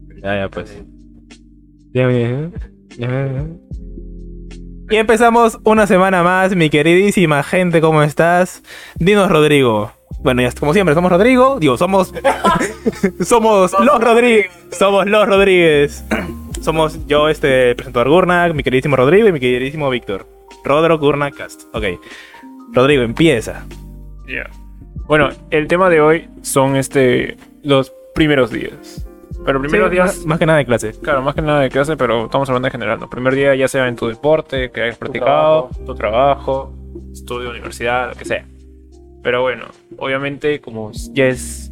Ya, pues. Bien, bien. Bien. Y empezamos una semana más, mi queridísima gente, ¿cómo estás? Dinos, Rodrigo. Bueno, ya como siempre, somos Rodrigo. Digo, somos... somos los Rodríguez. Somos los Rodríguez. Somos yo, presentador Gurnak, mi queridísimo Rodrigo y mi queridísimo Víctor. Rodro Gurnak Cast. Ok. Rodrigo, empieza. Ya. Bueno, el tema de hoy son los primeros días. Pero primeros Sí, días, más que nada de clase. claro, más que nada de clase, pero estamos hablando en general, ¿no? Primer día ya sea en tu deporte, que hayas practicado, tu trabajo, estudio, universidad, lo que sea. Pero bueno, obviamente como ya es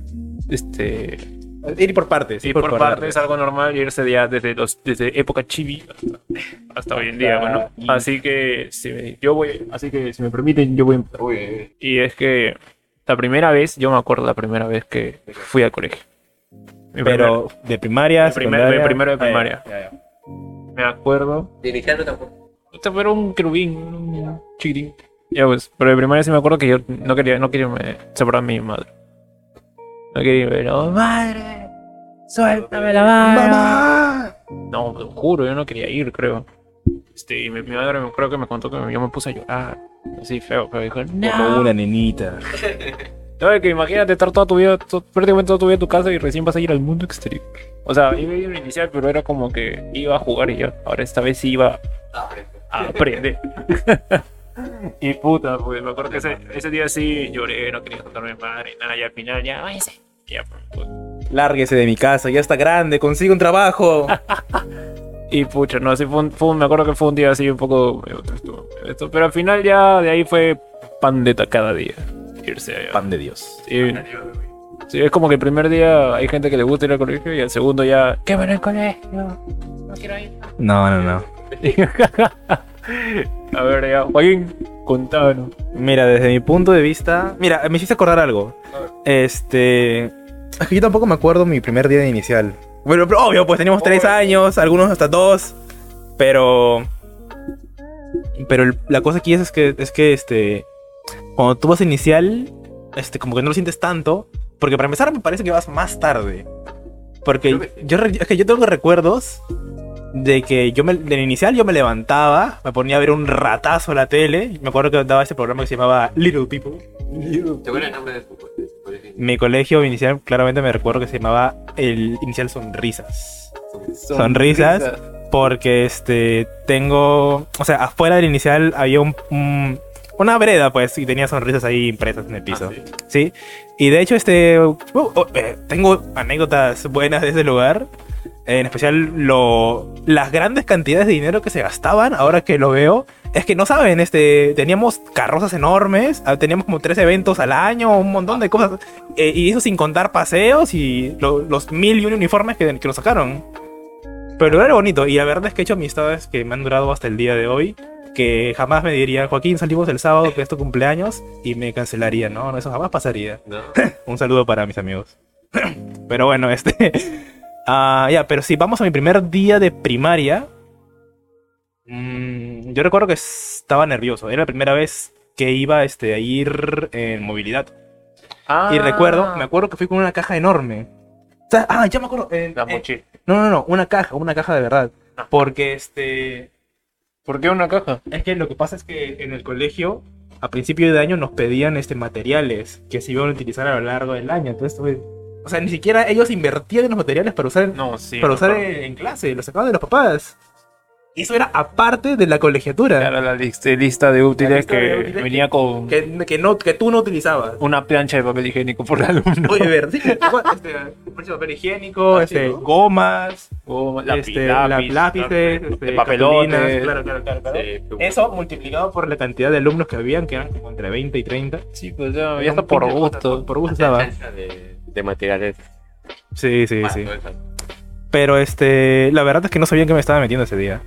Ir por partes. sí, por parte es algo normal irse ya desde época chibi hasta hoy en día, bueno. Así que si me permiten, yo voy a empezar. Y es que la primera vez, yo me acuerdo la primera vez que fui al colegio. Mi Pero de primaria, de primero de primaria. Ya. Me acuerdo. De inicial no tampoco. Este fue un querubín, un chiquitín. Ya pues, pero de primaria sí me acuerdo que yo no quería separar a mi madre. No quería irme, no, madre, suéltame la mano. ¡Mamá! No, te lo juro, yo no quería ir, creo. Y mi madre creo que me contó que yo me puse a llorar. Así feo, pero dijo, Como no. una nenita. No, es que imagínate estar toda tu vida, prácticamente toda tu vida en tu casa y recién vas a ir al mundo exterior. O sea, iba a ir a inicial, pero era como que iba a jugar y ya. Ahora esta vez sí iba a aprender. Y puta, pues me acuerdo que ese día sí lloré, no quería contarme a mi madre y nada, y al final ya, váyase. Ya, pues. Lárguese de mi casa, ya está grande, consigue un trabajo. Y pucha, no, sí me acuerdo que fue un día así un poco pero al final ya de ahí fue pandeta cada día. Irse allá. Pan de Dios. Sí, sí, es como que el primer día hay gente que le gusta ir al colegio y el segundo ya, ¡qué bueno el colegio! No quiero ir. No. A ver, ya, Joaquín, contanos. Mira, desde mi punto de vista... Mira, me hiciste acordar algo. Es que yo tampoco me acuerdo mi primer día de inicial. Bueno, pero obvio, pues teníamos 3 años, algunos hasta 2. Pero la cosa aquí es que cuando tú vas a inicial, como que no lo sientes tanto. Porque para empezar me parece que vas más tarde. Porque es que yo tengo recuerdos de que del inicial yo me levantaba, me ponía a ver un ratazo a la tele. Me acuerdo que daba este programa que se llamaba Little People. ¿Te acuerdas el nombre de tu colegio? Mi colegio inicial, claramente me recuerdo que se llamaba el inicial Sonrisas. Sonrisas, porque tengo... O sea, afuera del inicial había una vereda, pues, y tenía sonrisas ahí impresas en el piso. ¿Sí? Y de hecho, tengo anécdotas buenas de ese lugar. En especial, las grandes cantidades de dinero que se gastaban, ahora que lo veo, es que no saben, teníamos carrozas enormes, teníamos como 3 eventos al año, un montón de cosas, y eso sin contar paseos y los 1001 uniformes que nos sacaron. Pero era bonito, y la verdad es que he hecho amistades que me han durado hasta el día de hoy, que jamás me dirían, Joaquín, salimos el sábado que es tu cumpleaños, y me cancelarían, no, eso jamás pasaría. No. Un saludo para mis amigos. Pero bueno, pero si vamos a mi primer día de primaria, yo recuerdo que estaba nervioso. Era la primera vez que iba a ir en movilidad. Y me acuerdo que fui con una caja enorme. O sea, ya me acuerdo. La mochila. No, una caja de verdad. Porque ¿Por qué una caja? es que lo que pasa es que en el colegio, a principio de año, nos pedían materiales que se iban a utilizar a lo largo del año. Entonces, o sea, ni siquiera ellos invertían en los materiales para usar, No, sí. para usar en clase, los sacaban de los papás. Y eso era aparte de la colegiatura. Era la lista de útiles que venía con Que tú no utilizabas. una plancha de papel higiénico por alumno. Oye, ver, sí, papel higiénico, ¿no? gomas, Lápices, lápices, papelones. cartulinas, claro. Eso multiplicado por la cantidad de alumnos que habían, que eran como entre 20 y 30. Sí, pues ya está por gusto. Por gusto estaba. De materiales. Sí. Todo eso. Pero la verdad es que no sabía en qué me estaba metiendo ese día.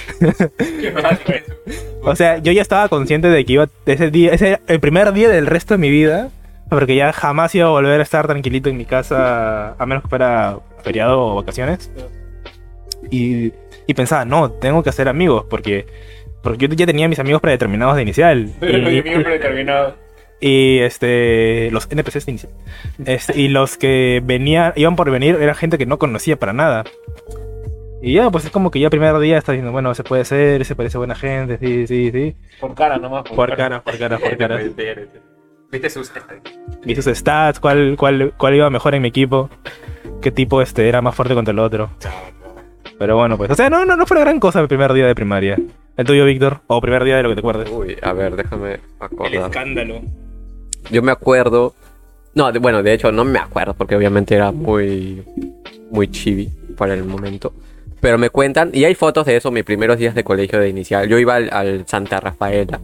O sea, yo ya estaba consciente de que ese era el primer día del resto de mi vida, porque ya jamás iba a volver a estar tranquilito en mi casa, a menos que fuera feriado o vacaciones. Y pensaba, no, tengo que hacer amigos, porque yo ya tenía mis amigos predeterminados de inicial. Y los NPCs inicial. Y los que iban por venir, era gente que no conocía para nada. Y ya, pues es como que ya el primer día estás diciendo, bueno, se puede ser, se parece buena gente, sí. Por cara nomás. Por cara. ¿Viste sus Vi sus stats, cuál iba mejor en mi equipo, qué tipo era más fuerte contra el otro. Pero bueno, pues, o sea, no fue una gran cosa el primer día de primaria. ¿El tuyo, Víctor? O primer día de lo que te acuerdes. Uy, a ver, déjame acordar. El escándalo. Yo me acuerdo... No, bueno, de hecho no me acuerdo porque obviamente era muy chibi para el momento. Pero me cuentan, y hay fotos de eso, mis primeros días de colegio de inicial. Yo iba al Santa Rafaela.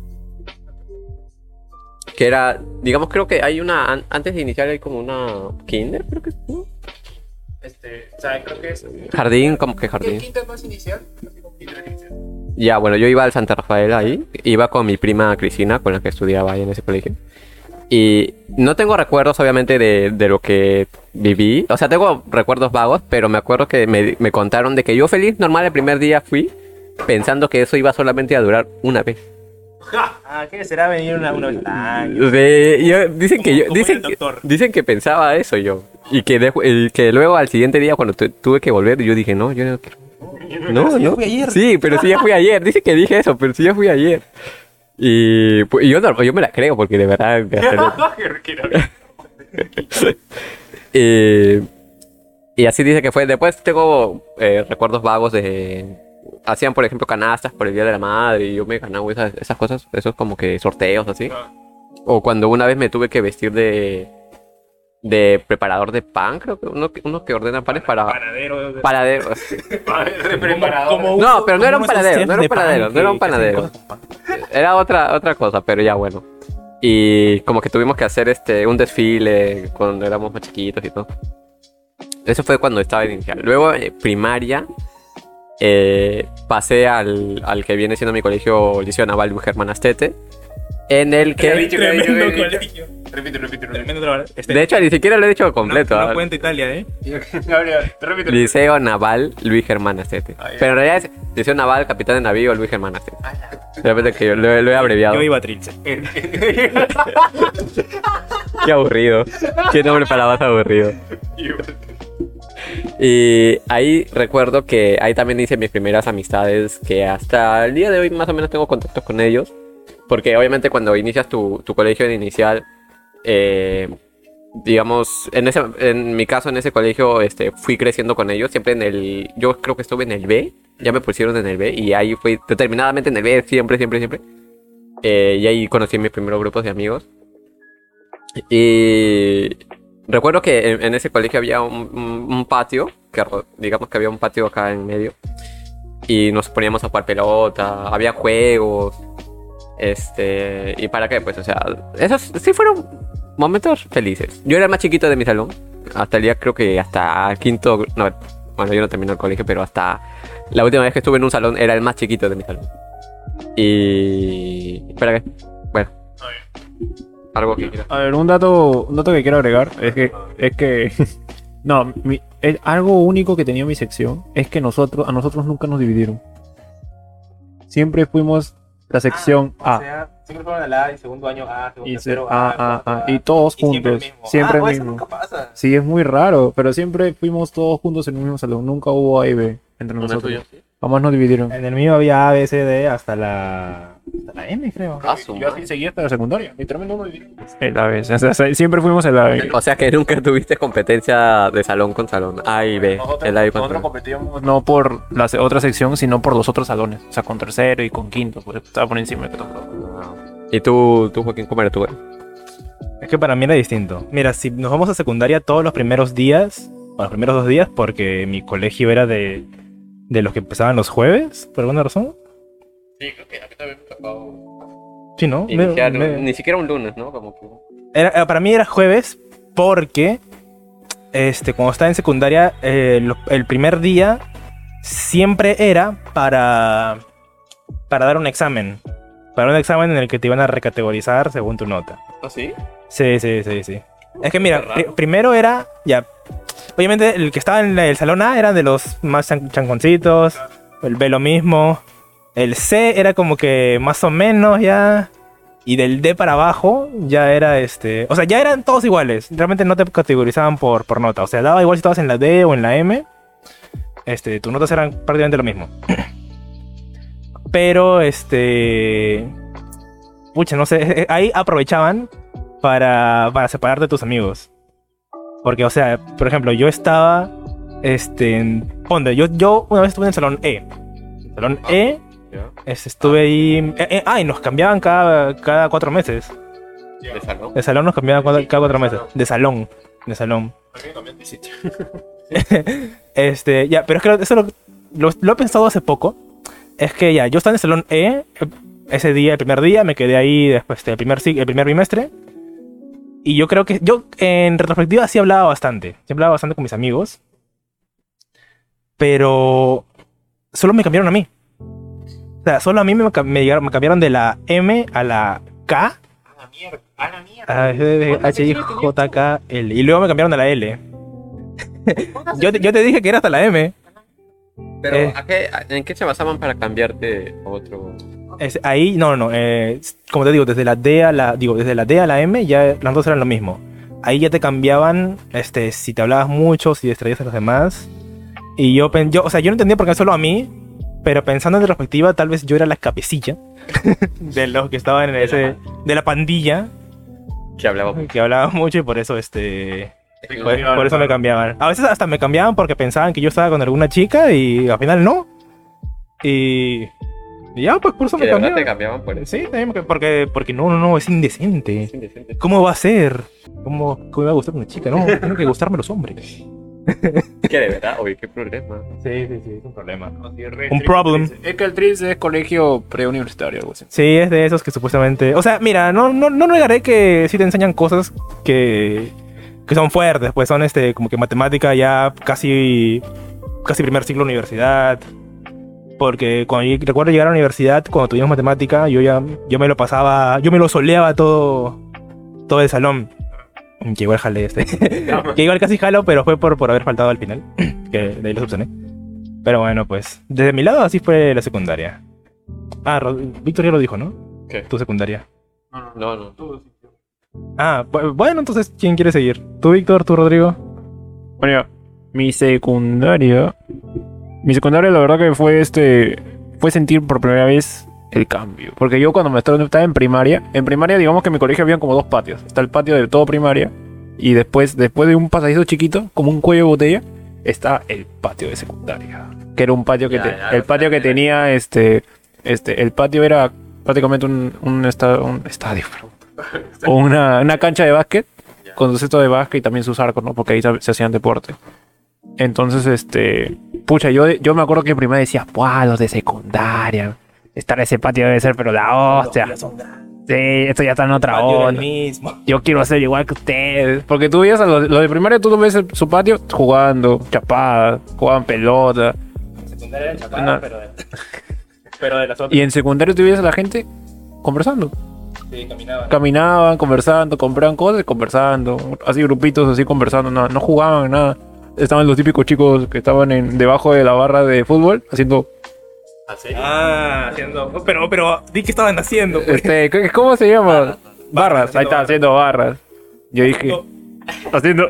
Que era, digamos, creo que hay una... Antes de inicial hay como una kinder, creo que es, ¿no? O sea, creo que es... Jardín, como que jardín. ¿El kinder más inicial? Ya, bueno, yo iba al Santa Rafaela ahí. Iba con mi prima Cristina, con la que estudiaba ahí en ese colegio. Y no tengo recuerdos, obviamente, de lo que viví. O sea, tengo recuerdos vagos, pero me acuerdo que me contaron de que yo feliz, normal, el primer día fui pensando que eso iba solamente a durar una vez. ¿Qué será venir una vez al año? Dicen que pensaba eso yo. Y que luego al siguiente día, cuando tuve que volver, yo dije, no, yo no quiero. No. Fui ayer. Sí, pero sí ya fui ayer. Dice que dije eso, pero sí ya fui ayer. Y yo me la creo porque de verdad... y así dice que fue. Después tengo recuerdos vagos de... Hacían, por ejemplo, canastas por el Día de la Madre y yo me ganaba esas cosas. Esos como que sorteos así. O cuando una vez me tuve que vestir de preparador de pan, creo que uno que ordena panes para... Panadero. Sí. No, pero no era un panadero. Era otra cosa, pero ya bueno. Y como que tuvimos que hacer un desfile cuando éramos más chiquitos y todo. Eso fue cuando estaba en inicial. Luego, primaria, pasé al que viene siendo mi colegio, Liceo Naval Luis Germán Astete, en el que... Tremendo colegio. Repite. Tremendo trabajo. De hecho, ni siquiera lo he dicho completo. No cuenta Italia, ¿eh? Repite. Liceo Naval Luis Germán Astete. Pero en realidad es Liceo Naval Capitán de Navío Luis Germán Astete. De repente que yo lo he abreviado. Yo iba a Trilce. Qué aburrido. Qué nombre para más aburrido. Y ahí recuerdo que ahí también hice mis primeras amistades, que hasta el día de hoy más o menos tengo contactos con ellos. Porque obviamente cuando inicias tu colegio en inicial, digamos, en mi caso en ese colegio fui creciendo con ellos. Siempre yo creo que estuve en el B, ya me pusieron en el B y ahí fui determinadamente en el B, siempre. Y ahí conocí mis primeros grupos de amigos. Y recuerdo que en ese colegio había un patio, digamos que había un patio acá en medio. Y nos poníamos a jugar pelota, había juegos. ¿Y para qué? Pues, o sea, esos sí fueron momentos felices. Yo era el más chiquito de mi salón. Hasta el día, creo que hasta el quinto... No, bueno, yo no terminé el colegio, pero hasta la última vez que estuve en un salón era el más chiquito de mi salón. Y... ¿Para qué? Bueno. Algo que quiera. A ver, un dato que quiero agregar es que no, algo único que tenía mi sección es que a nosotros nunca nos dividieron. Siempre fuimos la sección A. O sea, siempre fueron al A y segundo año A, segundo Y tercero y todos y siempre juntos. el mismo. Siempre el Eso mismo. nunca pasa. Sí, es muy raro, pero siempre fuimos todos juntos en el mismo salón. Nunca hubo A y B entre nosotros. Jamás nos dividieron. En el mío había A, B, C, D hasta la M, creo. Yo así seguí hasta la secundaria. Literalmente no me dividieron. El A, B. O sea, siempre fuimos el A, B. O sea que nunca tuviste competencia de salón con salón. A y B. El A y Nosotros competíamos no por la otra sección, sino por los otros salones. O sea, con tercero y con quinto. Pues estaba por encima de todo. ¿Y tú, Joaquín, cómo era tu? Es que para mí era distinto. Mira, si nos vamos a secundaria todos los primeros días, o los primeros 2 días, porque mi colegio era de los que empezaban los jueves, por alguna razón. Sí, creo que a mí también me tocó. Sí, ¿no? Ni siquiera un lunes, ¿no? Como que... Para mí era jueves porque cuando estaba en secundaria, el primer día siempre era para dar un examen. Para un examen en el que te iban a recategorizar según tu nota. ¿Ah, sí? Sí. Es que mira, primero era, ya, obviamente el que estaba en el salón A era de los más chanconcitos, el B lo mismo, el C era como que más o menos ya, Y del D para abajo ya era o sea, ya eran todos iguales. Realmente no te categorizaban por nota. O sea, daba igual si estabas en la D o en la M. Tus notas eran prácticamente lo mismo. Pero, pucha, no sé, ahí aprovechaban para separarte de tus amigos. Porque, o sea, por ejemplo, yo estaba, ponte, yo una vez estuve en el salón E. Salón E, estuve ahí, y nos cambiaban cada 4 meses. ¿De salón? De salón nos cambiaban cada 4 meses. De salón. Ya, pero es que eso lo he pensado hace poco. Es que ya, yo estaba en el salón E ese día, el primer día, me quedé ahí después el primer bimestre. Y yo creo que yo en retrospectiva sí hablaba bastante. Sí hablaba bastante con mis amigos. Pero solo me cambiaron a mí. O sea, solo a mí me cambiaron de la M a la K. A la mierda. HIJKL. Y luego me cambiaron a la L. yo te dije que era hasta la M. Pero, ¿en qué se basaban para cambiarte a otro? Ahí, no. Como te digo, desde la D a la M, ya las dos eran lo mismo. Ahí ya te cambiaban, si te hablabas mucho, si distraías a los demás. Y o sea, yo no entendía por qué solo a mí, pero pensando en retrospectiva, tal vez yo era la cabecilla de los que estaban de la pandilla. Que hablaba mucho. Que hablaba mucho y por eso, por eso me cambiaban. A veces hasta me cambiaban porque pensaban que yo estaba con alguna chica y al final no. Y ya, pues por eso me cambiaban. ¿Te cambiaban por eso? Sí, también porque no, es indecente. Es indecente. ¿Cómo va a ser? ¿Cómo me va a gustar una chica? No, tienen que gustarme los hombres. ¿Qué de verdad? Oye, qué problema. Sí, es un problema. Un problem. Es que el TRIS es colegio preuniversitario, algo así. Sí, es de esos que supuestamente... O sea, mira, no negaré que sí te enseñan cosas que son fuertes, pues son como que matemática ya casi primer ciclo de universidad. Porque recuerdo llegar a la universidad, cuando tuvimos matemática, yo me lo pasaba, yo me lo soleaba todo el salón. Que igual jalé que igual casi jalo, pero fue por haber faltado al final. Que de ahí lo subsané. Pero bueno, pues, desde mi lado así fue la secundaria. Víctor ya lo dijo, ¿no? ¿Qué? Tu secundaria. No. Bueno, entonces, ¿quién quiere seguir? ¿Tú, Víctor? ¿Tú, Rodrigo? Bueno, mi secundaria la verdad que fue sentir por primera vez el cambio. Porque yo cuando estaba en primaria digamos que en mi colegio habían como 2 patios. Está el patio de todo primaria y después de un pasadizo chiquito, como un cuello de botella, está el patio de secundaria. Que era un patio que tenía el patio era prácticamente un estadio, o una cancha de básquet con su cesto de básquet y también sus arcos, ¿no? Porque ahí se hacían deporte. Entonces, pucha, yo me acuerdo que en primaria decía, ¡buah, los de secundaria! Estar en ese patio debe ser, pero la hostia. Sí, esto ya está en otra onda. Yo quiero ser igual que ustedes. Porque tú veías a los de primaria, tú ves su patio jugando, chapadas, jugaban pelota. En secundaria eran chapadas, pero de las otras. Y en secundaria tú veías a la gente conversando. Sí, Caminaban, conversando, compraban cosas y conversando. Así grupitos, así conversando, no jugaban nada. Estaban los típicos chicos que estaban debajo de la barra de fútbol haciendo... ¿Ah, sí? Haciendo... Pero, di que estaban haciendo. Pues. ¿Cómo se llama? Barras. Ahí está, haciendo barras. Yo dije... Haciendo...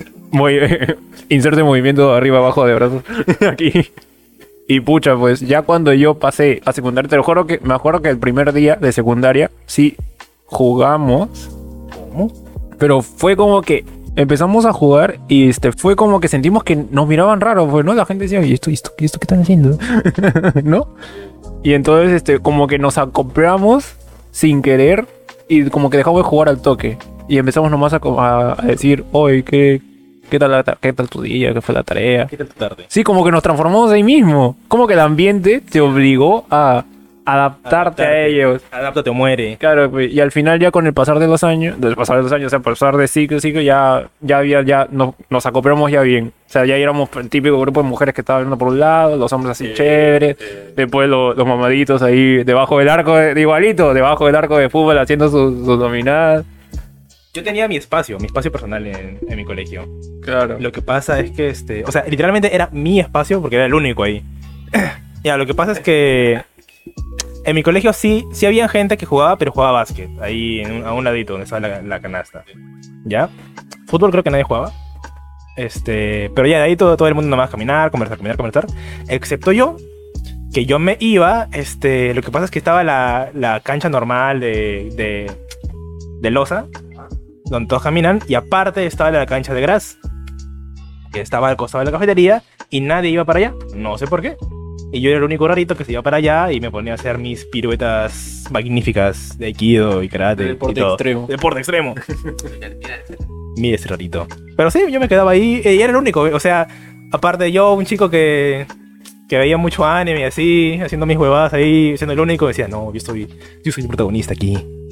Inserte movimiento arriba, abajo de brazos. Aquí. Y pucha, pues ya cuando yo pasé a secundaria, te lo juro que me acuerdo que el primer día de secundaria sí jugamos. ¿Cómo? Pero fue como que empezamos a jugar y fue como que sentimos que nos miraban raro, pues, ¿no? La gente decía, ¿y esto qué están haciendo? ¿No? Y entonces como que nos acoplamos sin querer y como que dejamos de jugar al toque. Y empezamos nomás a decir, oye, ¿qué tal tu día? ¿Qué fue la tarea? ¿Qué tal tu tarde? Sí, como que nos transformamos ahí mismo. Como que el ambiente te obligó a adaptarte a ellos. Adáptate o muere. Claro, pues, y al final ya con el pasar de los años, o sea, pasar de ciclo, ya nos acoplamos ya bien. O sea, ya éramos el típico grupo de mujeres que estaban viendo por un lado, los hombres así chéveres, después los mamaditos ahí debajo del arco debajo del arco de fútbol haciendo sus dominadas. Yo tenía mi espacio personal en mi colegio. Claro. Lo que pasa es que, o sea, literalmente era mi espacio porque era el único ahí. Ya, lo que pasa es que en mi colegio sí había gente que jugaba, pero jugaba básquet, ahí a un ladito donde estaba la canasta. ¿Ya? Fútbol creo que nadie jugaba. Pero ya de ahí todo el mundo nomás caminar, conversar. Excepto yo, que yo me iba, lo que pasa es que estaba la cancha normal de losa, donde todos caminan, y aparte estaba la cancha de gras, que estaba al costado de la cafetería, y nadie iba para allá, no sé por qué. Y yo era el único rarito que se iba para allá y me ponía a hacer mis piruetas magníficas de aikido y karate. Deporte y todo. extremo. Deporte extremo. Mira ese ratito. Pero sí, yo me quedaba ahí y era el único. O sea, aparte de yo, un chico que veía mucho anime y así, haciendo mis huevadas ahí, siendo el único, decía, no, yo soy el protagonista aquí.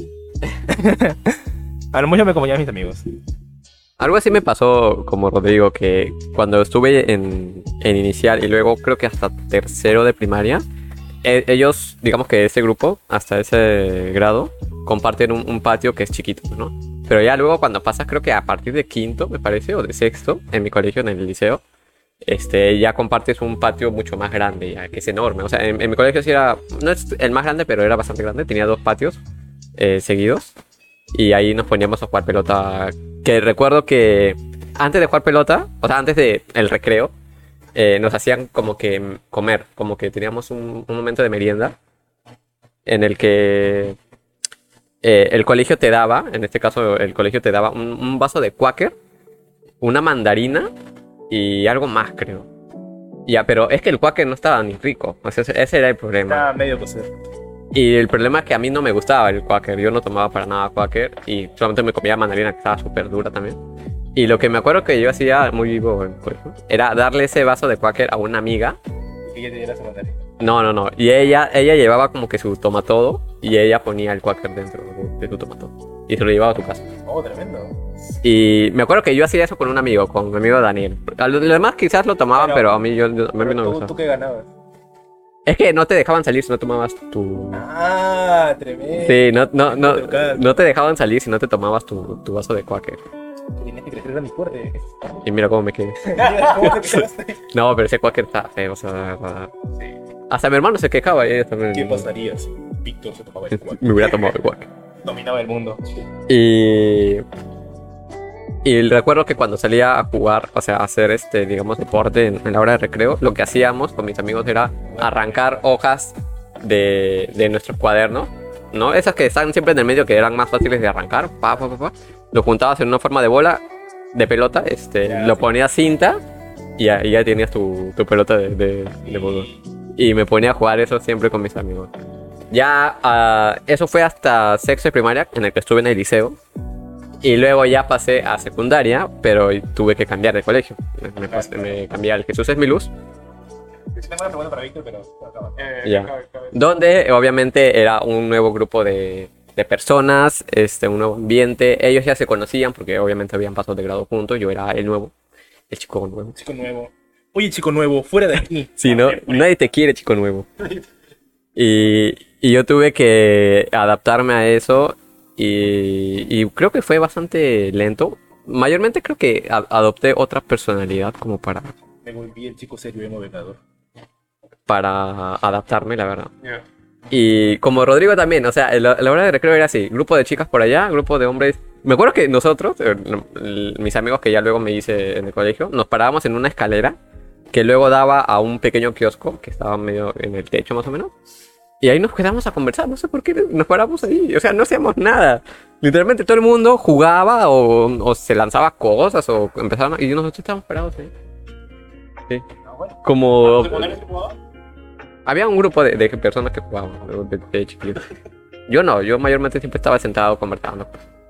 A lo mucho me acompañaban mis amigos. Algo así me pasó como Rodrigo, que cuando estuve en inicial y luego creo que hasta tercero de primaria, ellos, digamos que ese grupo, hasta ese grado, comparten un patio que es chiquito, ¿no? Pero ya luego cuando pasas, creo que a partir de quinto, me parece, o de sexto, en mi colegio, en el liceo, ya compartes un patio mucho más grande, ya que es enorme. O sea, en mi colegio sí era, no es el más grande, pero era bastante grande, tenía 2 patios seguidos. Y ahí nos poníamos a jugar pelota. Que recuerdo que antes de jugar pelota, o sea, antes del recreo, nos hacían como que comer, como que teníamos un momento de merienda en el que el colegio te daba, en este caso el colegio te daba un vaso de Quaker, una mandarina y algo más, creo. Ya, pero es que el Quaker no estaba ni rico, o sea, ese era el problema. Estaba medio cocer. Y el problema es que a mí no me gustaba el Quaker, yo no tomaba para nada Quaker y solamente me comía mandarina que estaba súper dura también. Y lo que me acuerdo que yo hacía muy vivo era darle ese vaso de Quaker a una amiga. ¿Y ella te diera esa mandarina? No. Y ella llevaba como que su tomatodo y ella ponía el Quaker dentro de su tomatodo. Y se lo llevaba a tu casa. Oh, tremendo. Y me acuerdo que yo hacía eso con un amigo, con mi amigo Daniel. A los demás quizás lo tomaban, pero a mí, a mí no me gustaba. ¿Tú qué ganabas? Es que no te dejaban salir si no tomabas tu... Ah, tremendo. Sí, no te dejaban salir si no te tomabas tu vaso de Quaker. Tienes que crecer a mi fuerte. Y mira cómo me quedé. ¿Cómo te quedaste? No, pero ese Quaker está feo, o sea... Hasta mi hermano se quejaba. También. ¿Qué pasaría si Víctor se tomaba el Quaker? Me hubiera tomado el Quaker. Dominaba el mundo. Y recuerdo que cuando salía a jugar, o sea, a hacer digamos, deporte en la hora de recreo, lo que hacíamos con mis amigos era arrancar hojas de nuestros cuadernos, ¿no? Esas que están siempre en el medio, que eran más fáciles de arrancar, lo juntabas en una forma de bola, de pelota, lo ponías cinta y ya tenías tu pelota de fútbol. Y me ponía a jugar eso siempre con mis amigos. Ya, eso fue hasta sexto de primaria, en el que estuve en el liceo. Y luego ya pasé a secundaria, pero tuve que cambiar de colegio. Me cambié al Jesús es mi luz. Tengo una pregunta para Víctor, pero acaba. Ya. Donde obviamente era un nuevo grupo de personas, un nuevo ambiente. Ellos ya se conocían porque obviamente habían pasado de grado juntos. Yo era el nuevo, el chico nuevo. Chico nuevo. Oye, chico nuevo, fuera de aquí. Sí, no, nadie te quiere, chico nuevo. Y yo tuve que adaptarme a eso. Y creo que fue bastante lento. Mayormente creo que adopté otra personalidad como para Me volví el chico serio y vengador. Para adaptarme, la verdad. Y como Rodrigo también, o sea, la hora de recreo era así: grupo de chicas por allá, grupo de hombres. Me acuerdo que nosotros, mis amigos que ya luego me hice en el colegio, nos parábamos en una escalera que luego daba a un pequeño kiosco que estaba medio en el techo más o menos. Y ahí nos quedamos a conversar, no sé por qué nos paramos ahí, o sea, no hacíamos nada. Literalmente todo el mundo jugaba o se lanzaba cosas o empezaban, y nosotros estábamos parados ahí. Sí. Como... Había un grupo de personas que jugaban, de chiquitos. Yo no, yo mayormente siempre estaba sentado conversando.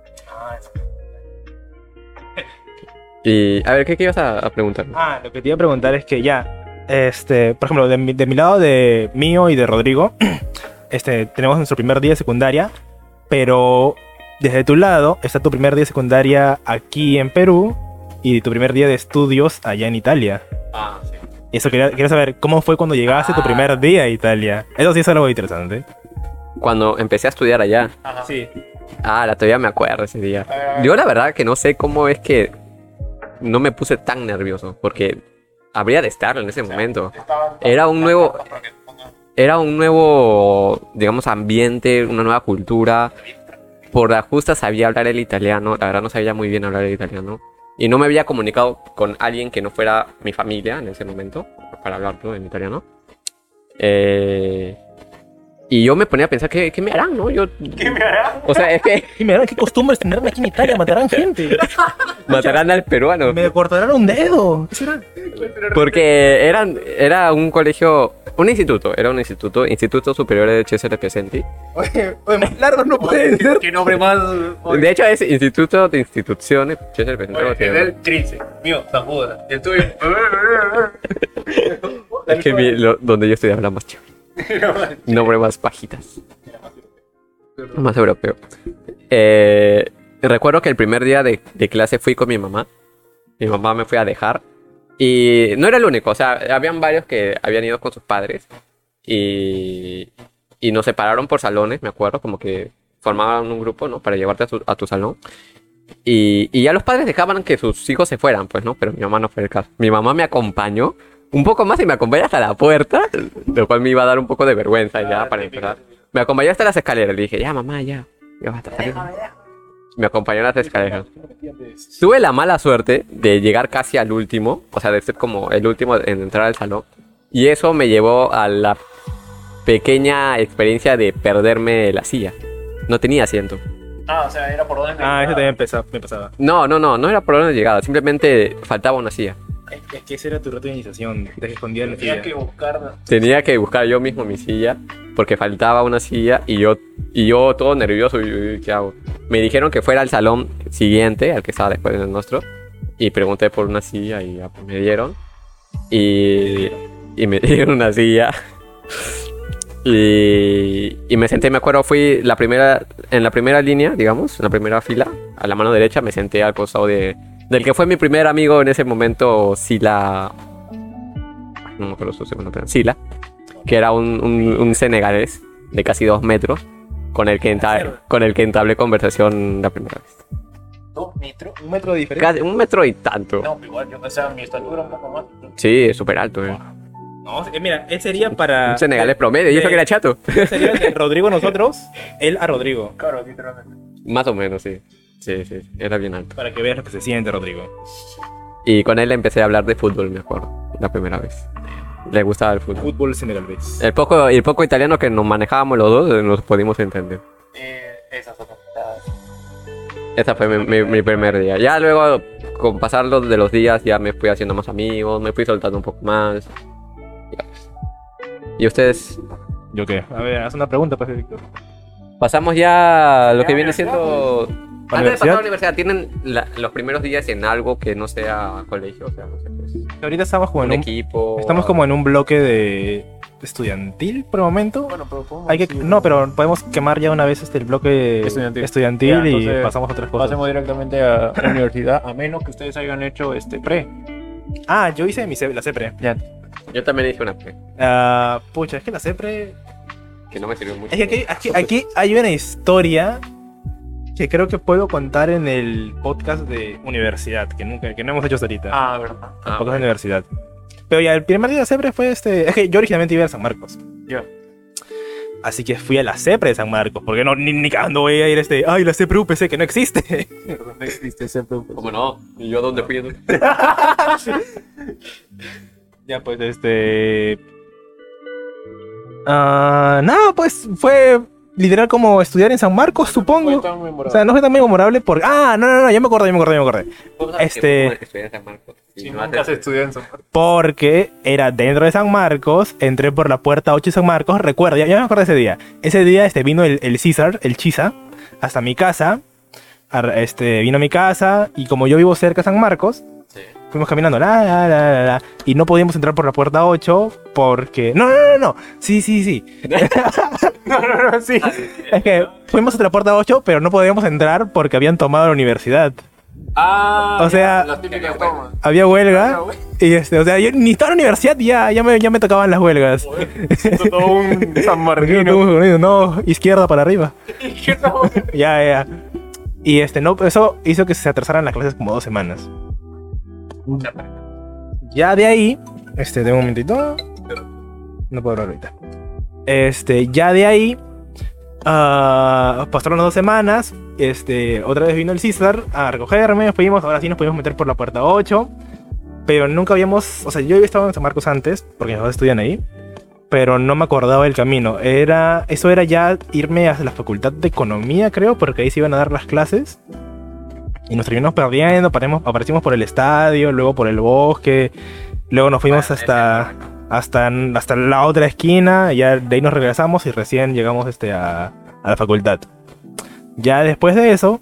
Y a ver, ¿qué ibas a preguntar? Lo que te iba a preguntar es que ya... por ejemplo, de mi lado, de mío y de Rodrigo, tenemos nuestro primer día de secundaria, pero desde tu lado está tu primer día de secundaria aquí en Perú y tu primer día de estudios allá en Italia. Sí. Eso quería saber, ¿cómo fue cuando llegaste tu primer día a Italia? Eso sí es algo interesante. Cuando empecé a estudiar allá. Ajá. Sí. Todavía me acuerdo ese día. Yo la verdad que no sé cómo es que no me puse tan nervioso, porque... habría de estarlo en ese momento. Era un nuevo... era un nuevo, digamos, ambiente, una nueva cultura. Por la justa sabía hablar el italiano, la verdad no sabía muy bien hablar el italiano. Y no me había comunicado con alguien que no fuera mi familia en ese momento, para hablarlo en italiano. Y yo me ponía a pensar, ¿qué me harán, no? ¿Qué me hará? O sea, es que Y me dirán, ¿qué costumbres tendrán aquí en Italia? Matarán gente. matarán al peruano. Me cortarán un dedo. ¿Qué será? Porque era un colegio, era un Instituto Superior de Cesare Piacenti. Oye, más largos no pueden ser. ¿Qué nombre más? De hecho es Instituto de Instituciones Cesare Piacenti. Oye, el del Trince, mío, San Judas. El tuyo. Es que donde yo estoy hablando más chévere. Nombre más bajitas. Más europeo. Recuerdo que el primer día de clase fui con mi mamá. Mi mamá me fue a dejar. Y no era el único, o sea, habían varios que habían ido con sus padres. Y nos separaron por salones, me acuerdo, como que formaban un grupo, ¿no? Para llevarte a tu salón. Y ya los padres dejaban que sus hijos se fueran, pues, ¿no? Pero mi mamá no fue el caso. Mi mamá me acompañó un poco más y me acompañó hasta la puerta, lo cual me iba a dar un poco de vergüenza ya para empezar. Me acompañó hasta las escaleras, le dije, ya mamá, ya basta, salimos. Me acompañó a las escaleras. Tuve la mala suerte de llegar casi al último, o sea, de ser como el último en entrar al salón. Y eso me llevó a la pequeña experiencia de perderme la silla. No tenía asiento. O sea, era por donde. Ah, eso también me pasaba. No era problema de llegada, simplemente faltaba una silla. Es que ese era tu reto de iniciación. Te escondías en la Tenía silla. que buscar. Tenía que buscar yo mismo mi silla porque faltaba una silla y yo todo nervioso, ¿qué hago? Me dijeron que fuera al salón siguiente, al que estaba después del nuestro, y pregunté por una silla y ya, pues, me dieron. Y me dieron una silla. Y me senté, me acuerdo, fui en la primera línea, digamos, en la primera fila, a la mano derecha, me senté al costado del que fue mi primer amigo en ese momento, Sila. No me acuerdo su segundo, pero Sila, que era un senegalés de casi 2 metros, con el que entablé conversación la primera vez. 2 metros. Un metro de diferencia. Casi 1 metro y tanto. No, igual, o sea, mi estatura un poco más. Sí, es súper alto, No, mira, él sería para. Un senegalés promedio, y eso que era chato. Él sería de Rodrigo a nosotros, él a Rodrigo. Claro, literalmente. Más o menos, sí. Sí, era bien alto. Para que veas lo que se siente, Rodrigo. Y con él empecé a hablar de fútbol, me acuerdo, la primera vez. Le gustaba el fútbol. Fútbol senegalés. El poco italiano que nos manejábamos los dos, nos pudimos entender. Esas son. Ese fue mi primer día. Ya luego, con pasar de los días, ya me fui haciendo más amigos, me fui soltando un poco más. ¿Y ustedes? ¿Yo qué? A ver, haz una pregunta, pues, Víctor. Pasamos ya a lo que viene siendo... Antes de pasar a la ¿Universidad? universidad, ¿tienen los primeros días en algo que no sea colegio? O sea, no sé, pues, Ahorita estamos como un en un equipo... Estamos como en un bloque de estudiantil por el momento. Bueno, pero podemos Hay que, decir- no, pero podemos quemar ya una vez el bloque Estudiantil. y Ya, entonces, pasamos a otras cosas. Pasemos directamente a la universidad, a menos que ustedes hayan hecho pre. Ah, yo hice la CEPRE. Ya. Yo también hice una pre, Pucha, es que la CEPRE... que no me sirvió mucho. Es que aquí hay una historia que creo que puedo contar en el podcast de universidad, que no hemos hecho hasta ahorita. Verdad. El podcast de universidad. Pero ya, el primer día de CEPRE fue Es que yo originalmente iba a San Marcos. Ya. Así que fui a la CEPRE de San Marcos, porque ni cagando voy a ir ay, la CEPRE UPC, que no existe. No existe ese ¿Cómo no? ¿Y yo dónde fui? Ya, pues, nada, pues, fue literal como estudiar en San Marcos, supongo. O sea, no fue tan memorable porque... no, ya me acordé. Si nunca se estudió en San Marcos. Porque era dentro de San Marcos, entré por la puerta 8 de San Marcos, recuerdo, ya me acuerdo de ese día. Ese día vino el César, el Chisa, hasta mi casa, vino a mi casa, y como yo vivo cerca de San Marcos, fuimos caminando, y no podíamos entrar por la puerta 8 porque... No, sí. No, sí. Es que fuimos hasta la puerta 8, pero no podíamos entrar porque habían tomado la universidad. O sea, las típicas tomas. Había huelga. Y o sea, yo ni estaba en la universidad ya me tocaban las huelgas. Todo un San Martino. No, izquierda para arriba. Ya. Y no, eso hizo que se atrasaran las clases como 2 semanas. Ya de ahí, de un momentito. No puedo hablar ahorita. Ya de ahí, pasaron las 2 semanas. Otra vez vino el César a recogerme. Fuimos, ahora sí nos pudimos meter por la puerta 8. Pero nunca habíamos. O sea, yo había estado en San Marcos antes, porque mis papás estudian ahí. Pero no me acordaba del camino. Eso era ya irme a la facultad de economía, creo, porque ahí se iban a dar las clases. Y nos terminamos perdiendo. Aparecimos por el estadio, luego por el bosque. Luego nos fuimos hasta la otra esquina. Ya de ahí nos regresamos y recién llegamos a la facultad. Ya después de eso,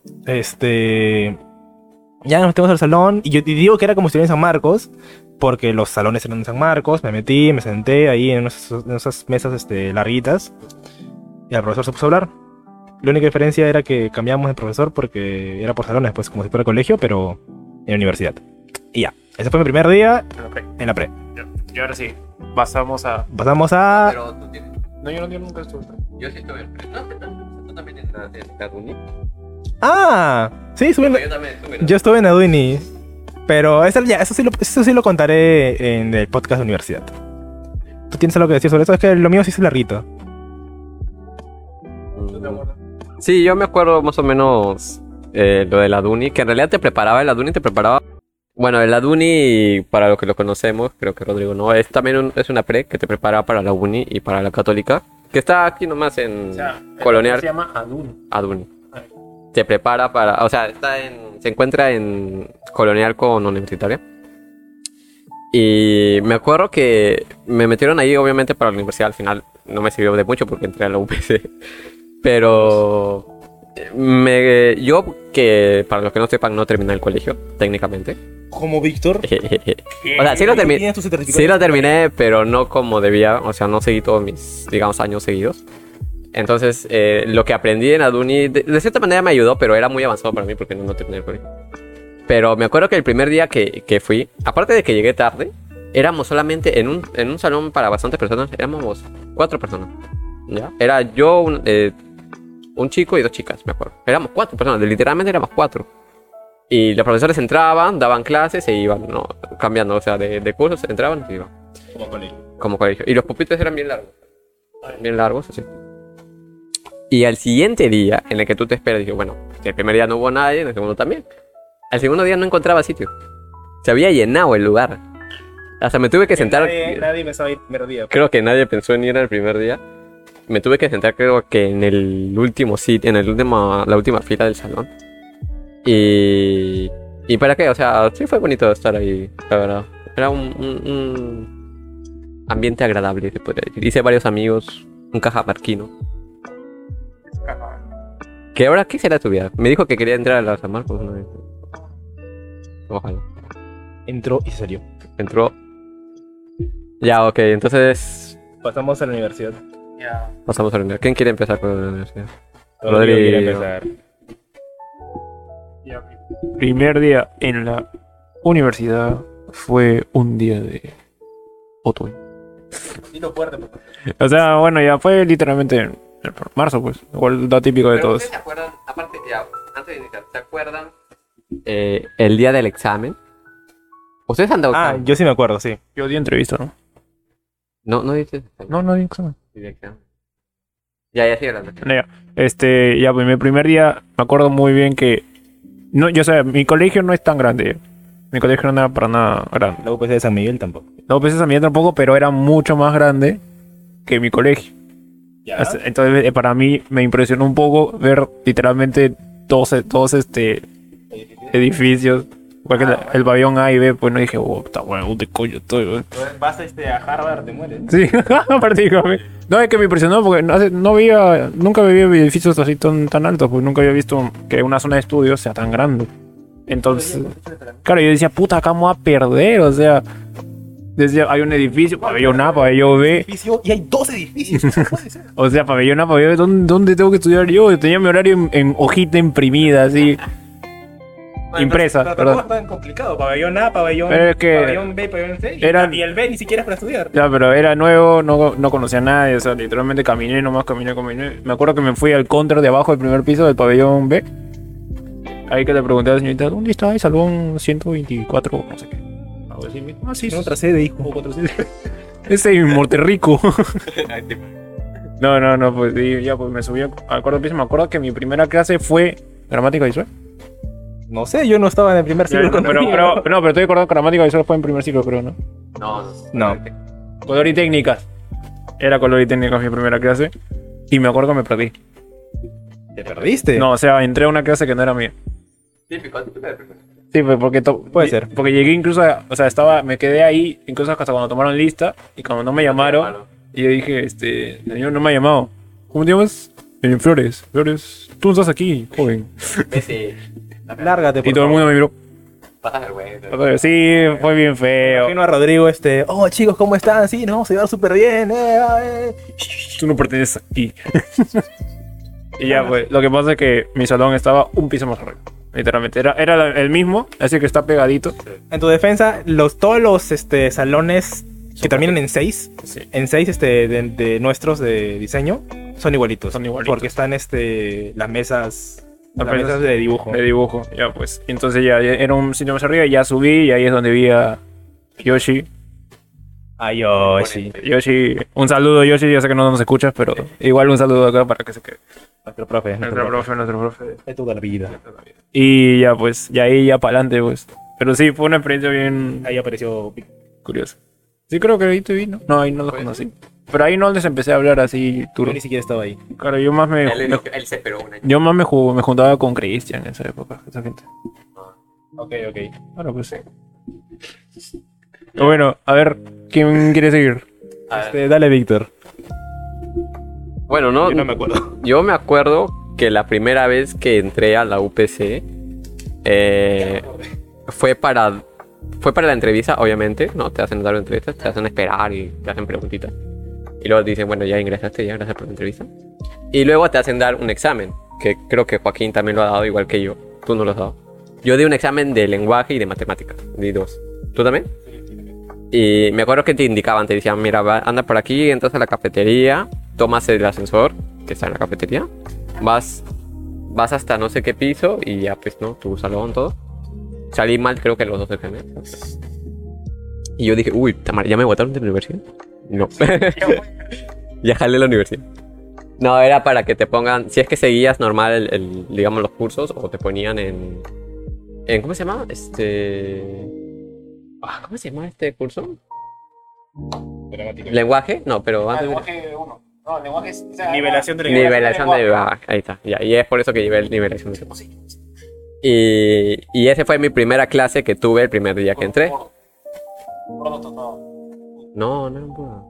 ya nos metimos al salón. Y yo digo que era como si estuviera en San Marcos, porque los salones eran en San Marcos. Me metí, me senté ahí en esas mesas larguitas. Y el profesor se puso a hablar. La única diferencia era que cambiamos de profesor porque era por salones, pues como si fuera colegio, pero en universidad. Y ya, ese fue mi primer día en la pre. Y ahora sí, pasamos a... Pero tú tienes. No, yo nunca estuve. Yo sí estuve en. No, tú también en la uni. Ah, sí, Yo también estuve. yo estuve en Aduini. Pero eso sí lo contaré en el podcast de universidad. ¿Tú tienes algo que decir sobre eso? Es que lo mío sí es larguito. Sí, yo me acuerdo más o menos lo de la Duni, que en realidad te preparaba. Bueno, el Aduni, para los que lo conocemos, creo que Rodrigo no, es también es una pre que te prepara para la uni y para la católica, que está aquí nomás en Colonial. Se llama Aduni. Aduni. Te prepara para, o sea, se encuentra en Colonial con Universitaria. Y me acuerdo que me metieron ahí, obviamente, para la universidad. Al final no me sirvió de mucho porque entré a la UPC. Pero yo, que para los que no sepan, no terminé el colegio, técnicamente. ¿Como Víctor? O sea, sí lo terminé. Sí lo terminé, pero no como debía. O sea, no seguí todos mis, digamos, años seguidos. Entonces, lo que aprendí en Aduni, de cierta manera me ayudó, pero era muy avanzado para mí porque no terminé el colegio. Pero me acuerdo que el primer día que fui, aparte de que llegué tarde, éramos solamente en un salón para bastantes personas, éramos 4 personas. ¿Ya? Era yo, un chico y 2 chicas, me acuerdo. Éramos 4 personas, literalmente éramos 4. Y los profesores entraban, daban clases e iban, ¿no? Cambiando, o sea, de cursos, entraban y iban. Como colegio. Y los pupitres eran bien largos. Bien largos, así. Y al siguiente día, en el que tú te esperas, dije, bueno, si el primer día no hubo nadie, en el segundo también. Al segundo día no encontraba sitio. Se había llenado el lugar. Hasta me tuve que sentar. Nadie pensaba ir el primer día. Creo que nadie pensó en ir al primer día. Me tuve que sentar, creo que en el último sitio, la última fila del salón. ¿Y para qué? O sea, sí fue bonito estar ahí, la verdad. Era un ambiente agradable, se podría decir. Hice varios amigos, un cajamarquino. ¿Qué ahora qué será tu vida? Me dijo que quería entrar a la San Marcos. ¿No? Ojalá. Entró y se salió. Entró. Ya, ok, entonces Pasamos a la universidad. pasamos a la universidad. ¿Quién quiere empezar con la universidad? Rodrigo quiere empezar. Primer día en la universidad fue un día de otoño. Dilo fuerte, O sea, bueno, ya fue literalmente en marzo, pues. Igual lo típico de todos. ¿Se acuerdan? Aparte, ya, antes de iniciar, ¿se acuerdan el día del examen? ¿Ustedes han dado examen? Yo sí me acuerdo, sí. Yo di entrevista, ¿no? No dices. No di examen. Sí, de examen. Ya sigue hablando. No, ya. Ya, pues mi primer día me acuerdo muy bien que... No, yo sé, mi colegio no es tan grande. Mi colegio no era para nada grande. La UPC de San Miguel tampoco. No, pues San Miguel tampoco, pero era mucho más grande que mi colegio. ¿Ya? Entonces, para mí me impresionó un poco ver literalmente todos edificios. Igual que el pabellón A y B, pues no dije, está bueno, ¿dónde coño estoy, güey? Vas a Harvard, te mueres. Sí, prácticamente. No, es que me impresionó porque nunca había edificios así tan altos, pues nunca había visto que una zona de estudios sea tan grande. Entonces, claro, yo decía, puta, acá vamos a perder, o sea, hay un edificio, pabellón A, pabellón B. Y hay 2 edificios. O sea, pabellón A, pabellón B, ¿dónde tengo que estudiar yo? Yo tenía mi horario en hojita imprimida, así. Impresa, pero tampoco es tan complicado. Pabellón A, pabellón B, pabellón C. Y el B ni siquiera es para estudiar. Ya, pero era nuevo, no conocía a nadie. O sea, literalmente caminé. Me acuerdo que me fui al counter de abajo del primer piso del pabellón B. Ahí que le pregunté a la señorita, ¿dónde está el salón 124? No sé qué. Sí, es otra sede, hijo. Ese es Monterrico. No, pues sí, ya pues me subí al cuarto piso. Me acuerdo que mi primera clase fue gramática visual. No sé, yo no estaba en el primer ciclo. Pero estoy acordado que gramática visual fue en primer ciclo, creo, ¿no? No. Color y técnicas. Era color y técnicas mi primera clase. Y me acuerdo que me perdí. ¿Te perdiste? No, o sea, entré a una clase que no era mía. Sí, pues porque Puede ser. Porque llegué incluso, o sea, me quedé ahí, incluso hasta cuando tomaron lista, y cuando no me llamaron, y yo dije, señor, no me ha llamado. ¿Cómo te llamas? Flores, tú no estás aquí, joven. Lárgate, por Y todo el favor. mundo me miró. Sí, fue bien feo. Imagino a Rodrigo, oh chicos, ¿cómo están? Sí, nos vamos a llevar súper bien, Tú no perteneces aquí. Y ya, pues, lo que pasa es que mi salón estaba un piso más arriba. Literalmente, era el mismo, así que está pegadito. En tu defensa, todos los salones que terminan en 6, Sí. en 6 de nuestros de diseño, son igualitos. Son igualitos. Porque están las mesas Las Las mesas de dibujo. De dibujo, ya pues. Entonces ya era un sitio más arriba y ya subí y ahí es donde vi a Yoshi. Ay, Yoshi. Yoshi, un saludo Yoshi, yo sé que no nos escuchas, pero igual un saludo acá para que se quede. Nuestro profe. Nuestro profe. De toda la vida. Y ya pues, y ahí ya para adelante pues. Pero sí, fue una experiencia bien Ahí apareció. curiosa. Sí creo que ahí te vi, ¿no? No, ahí no los conocí. Pero ahí no les empecé a hablar así Yo turno. ni siquiera estaba ahí. Claro, yo más Él se esperó un año. yo más me juntaba con Cristian en esa época, esa gente. Ok. Bueno, pues sí. Bueno, a ver, ¿quién quiere seguir? Dale, Víctor. Bueno, no, Yo no me acuerdo. yo me acuerdo que la primera vez que entré a la UPC fue para la entrevista, obviamente, ¿no? Te hacen dar entrevistas, te hacen esperar y te hacen preguntitas. Y luego te dicen, bueno, ya ingresaste, ya gracias por la entrevista. Y luego te hacen dar un examen, que creo que Joaquín también lo ha dado, igual que yo. Tú no lo has dado. Yo di un examen de lenguaje y de matemáticas. Di 2. ¿Tú también? Y me acuerdo que te indicaban, te decían, mira, anda por aquí, entras a la cafetería, tomas el ascensor que está en la cafetería, vas hasta no sé qué piso y ya pues, ¿no? Tu salón, todo. Salí mal, creo que los dos exámenes. Y yo dije, uy, Tamara, ¿ya me votaron de la universidad? No. Ya jalé la universidad. No, era para que te pongan, si es que seguías normal digamos, los cursos, o te ponían en ¿cómo se llama? ¿Cómo se llama este curso? ¿Lenguaje? No, pero antes lenguaje 1. No, lenguaje es... Nivelación de nivelación de lenguaje. Ahí está, ya, y es por eso que llevé nivelación de lenguaje. Y ese fue mi primera clase que tuve el primer día que entré. No, no era un burro.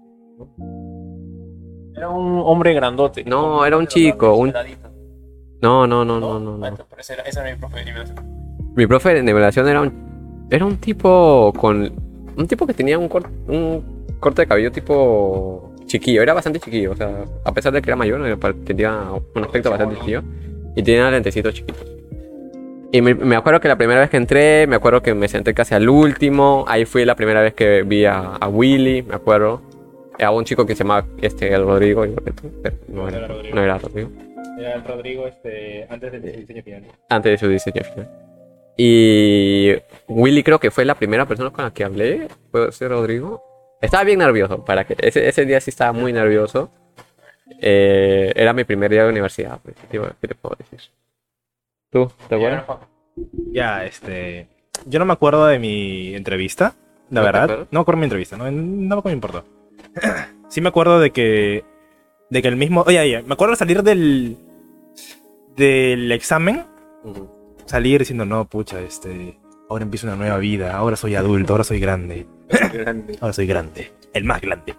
Era un hombre grandote. No, era un chico. No. Pero ese era mi profe de nivelación. Mi profe de nivelación era un tipo un tipo que tenía un corte de cabello tipo chiquillo, era bastante chiquillo, o sea, a pesar de que era mayor, tenía un aspecto bastante chiquillo y tenía lentecitos chiquitos. Y me acuerdo que la primera vez que entré, me acuerdo que me senté casi al último, ahí fue la primera vez que vi a Willy, me acuerdo. A un chico que se llamaba el Rodrigo, igual que tú, pero no era Rodrigo. Era el Rodrigo antes del diseño final. Antes de su diseño final. Y Willy creo que fue la primera persona con la que hablé. ¿Puede ser Rodrigo? Estaba bien nervioso. Ese día sí estaba muy nervioso. Era mi primer día de universidad. Pues, ¿qué te puedo decir? ¿Tú? ¿Te acuerdas? Ya, yo no me acuerdo de mi entrevista, la ¿No te verdad. acuerdas? No me acuerdo de mi entrevista, no me importó. Sí me acuerdo de que el mismo... Oye, me acuerdo de salir del examen. Ujú. Salir diciendo, no, pucha, ahora empiezo una nueva vida, ahora soy adulto, ahora soy grande. Ahora soy grande, el más grande.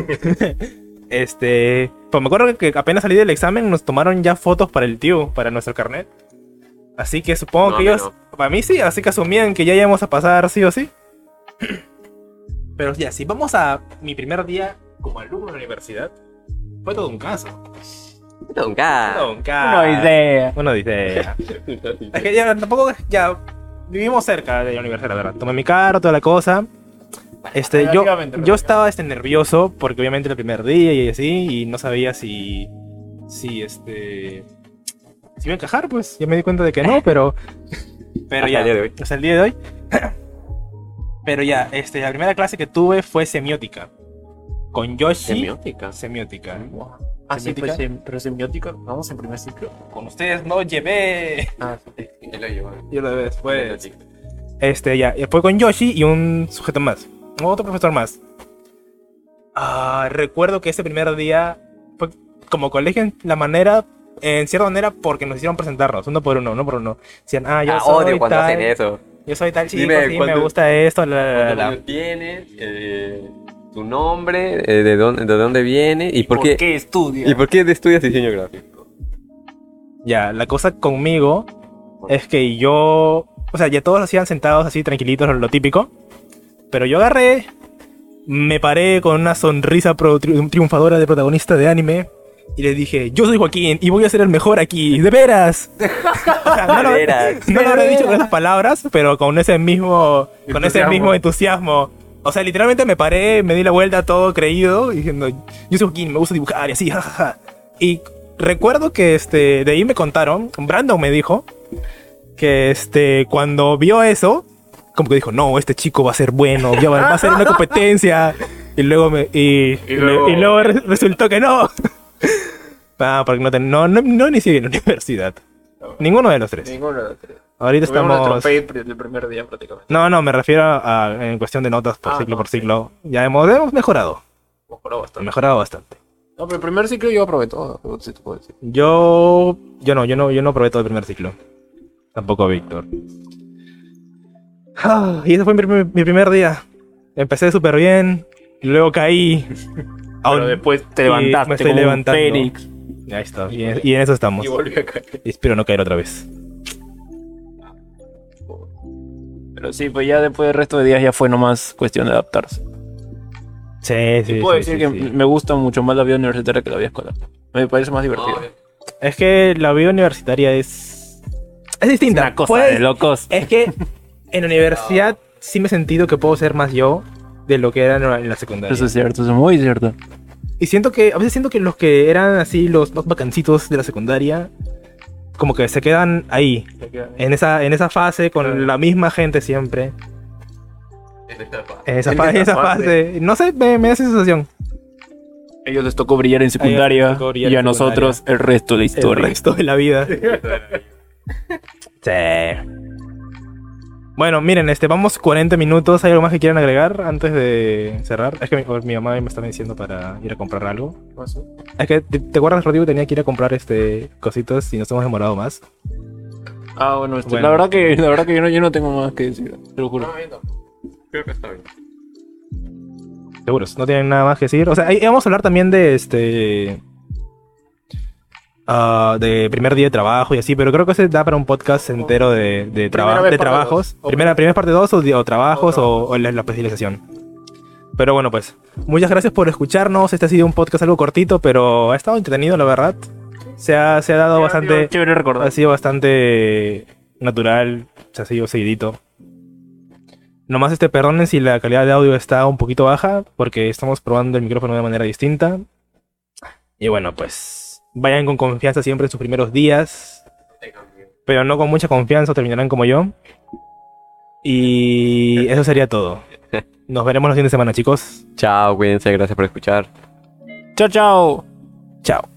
Pues me acuerdo que apenas salí del examen nos tomaron ya fotos para el tío, para nuestro carnet. Así que supongo No, que a mí ellos, para mí sí, así que asumían que ya íbamos a pasar sí o sí. Pero ya, si vamos a mi primer día como alumno de la universidad, fue todo un caso. Nunca. Todo un caso. Una idea. Una odisea. Es que ya tampoco, ya vivimos cerca de la universidad, la verdad. Tomé mi carro, toda la cosa. Yo estaba nervioso porque obviamente era el primer día y así, y no sabía si iba a encajar, pues. Ya me di cuenta de que no, pero Hasta ya, el día de hoy. hasta el día de hoy. Pero ya, la primera clase que tuve fue semiótica. con Yoshi. Semiótica. Semiótica. Ah, sí, ¿Semiótica? pues, pero semiótica, vamos en primer ciclo. Con ustedes no llevé. Ah, sí. Él lo llevó. Yo lo de después. Ya, fue con Yoshi y un sujeto más. Otro profesor más. Recuerdo que ese primer día fue como colegio en cierta manera, porque nos hicieron presentarnos, uno por uno. Decían, yo soy odio cuando tal, hacen eso. yo soy tal chico, Dime, sí, me ¿cuánto- gusta esto, ¿Cuántos años tienes? Tu nombre, de dónde viene y por qué estudia? y por qué estudias diseño gráfico. Ya, la cosa conmigo es que yo, o sea, ya todos hacían sentados así tranquilitos, lo típico, pero yo agarré, me paré con una sonrisa triunfadora de protagonista de anime y les dije, yo soy Joaquín y voy a ser el mejor aquí, de veras. O sea, no, De veras. no lo habré dicho con esas palabras, pero con ese mismo entusiasmo. O sea, literalmente me paré, me di la vuelta todo creído, diciendo, yo soy Joaquín, me gusta dibujar y así, jajaja. Y recuerdo que de ahí me contaron, Brandon me dijo, que cuando vio eso, como que dijo, no, este chico va a ser bueno, ya va a ser una competencia. Y luego luego resultó que no. Porque no inicié en la universidad. Ninguno de los tres. Ninguno de los tres. Ahorita Tuvimos estamos... nuestro paper del primer día prácticamente. No, me refiero a en cuestión de notas por ciclo no, por sí. ciclo. Ya hemos mejorado. Mejoró bastante. Bastante. No, pero el primer ciclo yo aprobé todo, si te puedo decir. Yo no probé todo el primer ciclo. Tampoco Víctor. Y ese fue mi primer día. Empecé súper bien. Y luego caí. Pero después te y levantaste me estoy como un levantando. fénix. Ahí está. Y en eso estamos. Y volví a caer. Y espero no caer otra vez. Pero sí, pues ya después del resto de días ya fue nomás cuestión de adaptarse. Sí. Puedo decir que me gusta mucho más la vida universitaria que la vida escolar. Me parece más divertida. Es que la vida universitaria es distinta. Una cosa Pues, de locos. es que en la universidad sí me he sentido que puedo ser más yo de lo que era en la secundaria. Eso es cierto, eso es muy cierto. Y a veces siento que los que eran así los más bacancitos de la secundaria, como que se quedan ahí, en esa fase con la misma gente siempre. En esa fase. No sé, me da esa sensación. Ellos les tocó brillar en secundaria les tocó brillar y a en nosotros el resto de la El historia. resto de la vida. Sí. Bueno, miren, vamos 40 minutos. ¿Hay algo más que quieran agregar antes de cerrar? Es que mi mamá me está diciendo para ir a comprar algo. Es que, ¿te acuerdas, Rodrigo? Tenía que ir a comprar cositas y nos hemos demorado más. Bueno, Bueno. la verdad que yo no tengo más que decir, te lo juro. Creo que está bien. Seguros, no tienen nada más que decir. O sea, ahí vamos a hablar también de de primer día de trabajo y así, pero creo que se da para un podcast entero de vez parte trabajos. dos. Primera parte 2 o trabajos o la especialización. Pero bueno, pues, muchas gracias por escucharnos. Este ha sido un podcast algo cortito, pero ha estado entretenido, la verdad. Se ha dado bastante... Chévere recordar. Ha sido bastante natural, se ha sido seguidito. Nomás perdonen si la calidad de audio está un poquito baja, porque estamos probando el micrófono de manera distinta. Y bueno, pues vayan con confianza siempre en sus primeros días, pero no con mucha confianza o terminarán como yo. Y eso sería todo. Nos veremos la siguiente semana, chicos. Chao, cuídense, gracias por escuchar. Chao, chao. Chao.